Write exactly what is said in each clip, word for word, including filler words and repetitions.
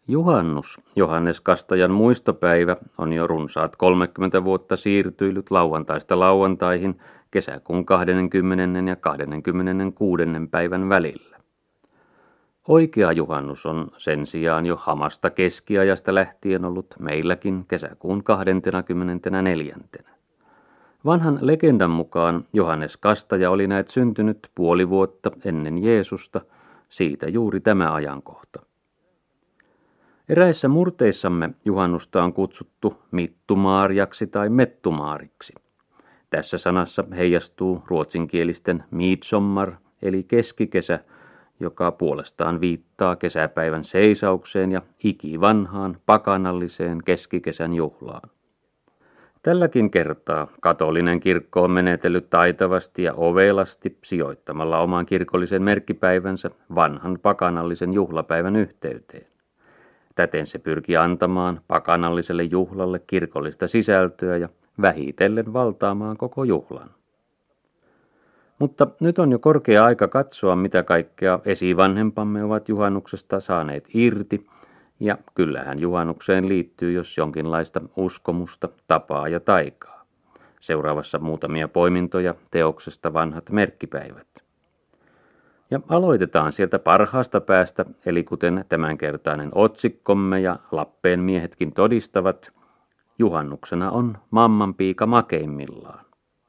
Juhannus, Johannes Kastajan muistopäivä, on jo runsaat kolmekymmentä vuotta siirtyillyt lauantaista lauantaihin kesäkuun kaksikymmentä ja kaksikymmentäkuusi päivän välillä. Oikea juhannus on sen sijaan jo hamasta keskiajasta lähtien ollut meilläkin kesäkuun kahdeskymmenesneljäs. Vanhan legendan mukaan Johannes Kastaja oli näet syntynyt puoli vuotta ennen Jeesusta, siitä juuri tämä ajankohta. Eräissä murteissamme juhannusta on kutsuttu mittumaariaksi tai mettumaariksi. Tässä sanassa heijastuu ruotsinkielisten midsommar eli keskikesä, joka puolestaan viittaa kesäpäivän seisaukseen ja ikivanhaan pakanalliseen keskikesän juhlaan. Tälläkin kertaa katolinen kirkko on menetellyt taitavasti ja ovelasti sijoittamalla oman kirkollisen merkkipäivänsä vanhan pakanallisen juhlapäivän yhteyteen. Täten se pyrki antamaan pakanalliselle juhlalle kirkollista sisältöä ja vähitellen valtaamaan koko juhlan. Mutta nyt on jo korkea aika katsoa, mitä kaikkea esivanhempamme ovat juhannuksesta saaneet irti, ja kyllähän juhannukseen liittyy jos jonkinlaista uskomusta, tapaa ja taikaa. Seuraavassa muutamia poimintoja teoksesta Vanhat merkkipäivät. Ja aloitetaan sieltä parhaasta päästä, eli kuten tämänkertainen otsikkomme ja Lappeen miehetkin todistavat, juhannuksena on mammanpiika makeimmillaan.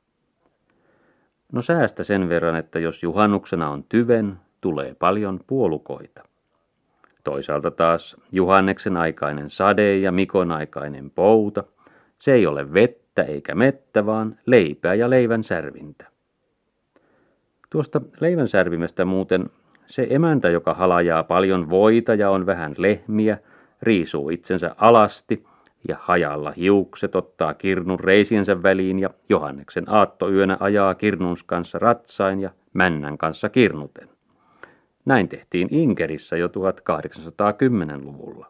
No säästä sen verran, että jos juhannuksena on tyven, tulee paljon puolukoita. Toisaalta taas juhanneksen aikainen sade ja Mikon aikainen pouta, se ei ole vettä eikä mettä, vaan leipää ja leivän särvintä. Tuosta leivän särvimestä muuten se emäntä, joka halajaa paljon voita ja on vähän lehmiä, riisuu itsensä alasti ja hajalla hiukset ottaa kirnun reisiensä väliin ja Johanneksen aattoyönä ajaa kirnuns kanssa ratsain ja männän kanssa kirnuten. Näin tehtiin Inkerissä jo tuhatkahdeksansataakymmenluvulla.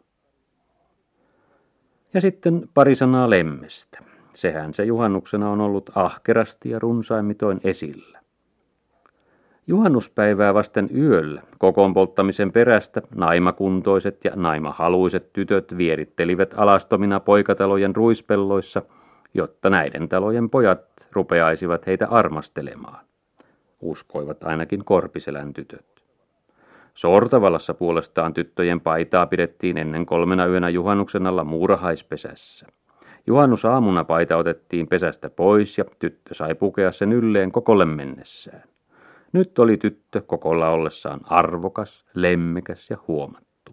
Ja sitten pari sanaa lemmestä. Sehän se juhannuksena on ollut ahkerasti ja runsaimmitoin esillä. Juhannuspäivää vasten yöllä kokoonpolttamisen perästä naimakuntoiset ja naimahaluiset tytöt vierittelivät alastomina poikatalojen ruispelloissa, jotta näiden talojen pojat rupeaisivat heitä armastelemaan. Uskoivat ainakin Korpiselän tytöt. Sortavallassa puolestaan tyttöjen paitaa pidettiin ennen kolmena yönä juhannuksen alla muurahaispesässä. Juhannusaamuna paita otettiin pesästä pois ja tyttö sai pukea sen ylleen kokolle mennessään. Nyt oli tyttö kokolla ollessaan arvokas, lemmekäs ja huomattu.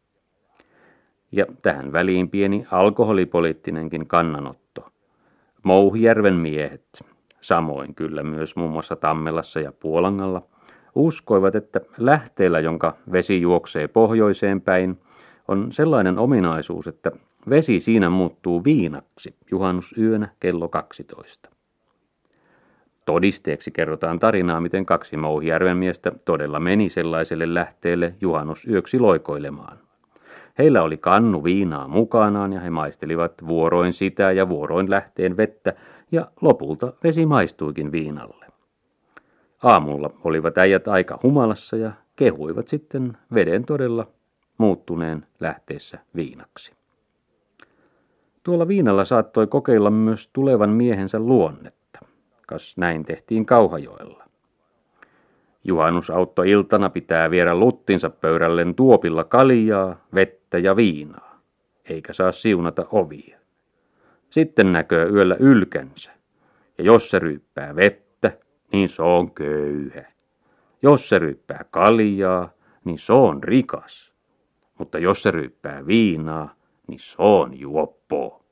Ja tähän väliin pieni alkoholipoliittinenkin kannanotto. Mouhijärven miehet, samoin kyllä myös muun muassa Tammelassa ja Puolangalla, uskoivat, että lähteellä, jonka vesi juoksee pohjoiseen päin, on sellainen ominaisuus, että vesi siinä muuttuu viinaksi juhannusyönä kello kaksitoista. Todisteeksi kerrotaan tarinaa, miten kaksi Mouhijärven miestä todella meni sellaiselle lähteelle juhannusyöksi loikoilemaan. Heillä oli kannu viinaa mukanaan ja he maistelivat vuoroin sitä ja vuoroin lähteen vettä ja lopulta vesi maistuikin viinalle. Aamulla olivat äijät aika humalassa ja kehuivat sitten veden todella muuttuneen lähteessä viinaksi. Tuolla viinalla saattoi kokeilla myös tulevan miehensä luonnetta. Kas näin tehtiin Kauhajoella. Juhannusauttoiltana pitää viedä luttinsa pöydälleen tuopilla kaljaa, vettä ja viinaa, eikä saa siunata ovia. Sitten näköö yöllä ylkänsä, ja jos se ryyppää vettä, niin se on köyhä. Jos se ryyppää kaljaa, niin se on rikas. Mutta jos se ryyppää viinaa, niin se on juoppo.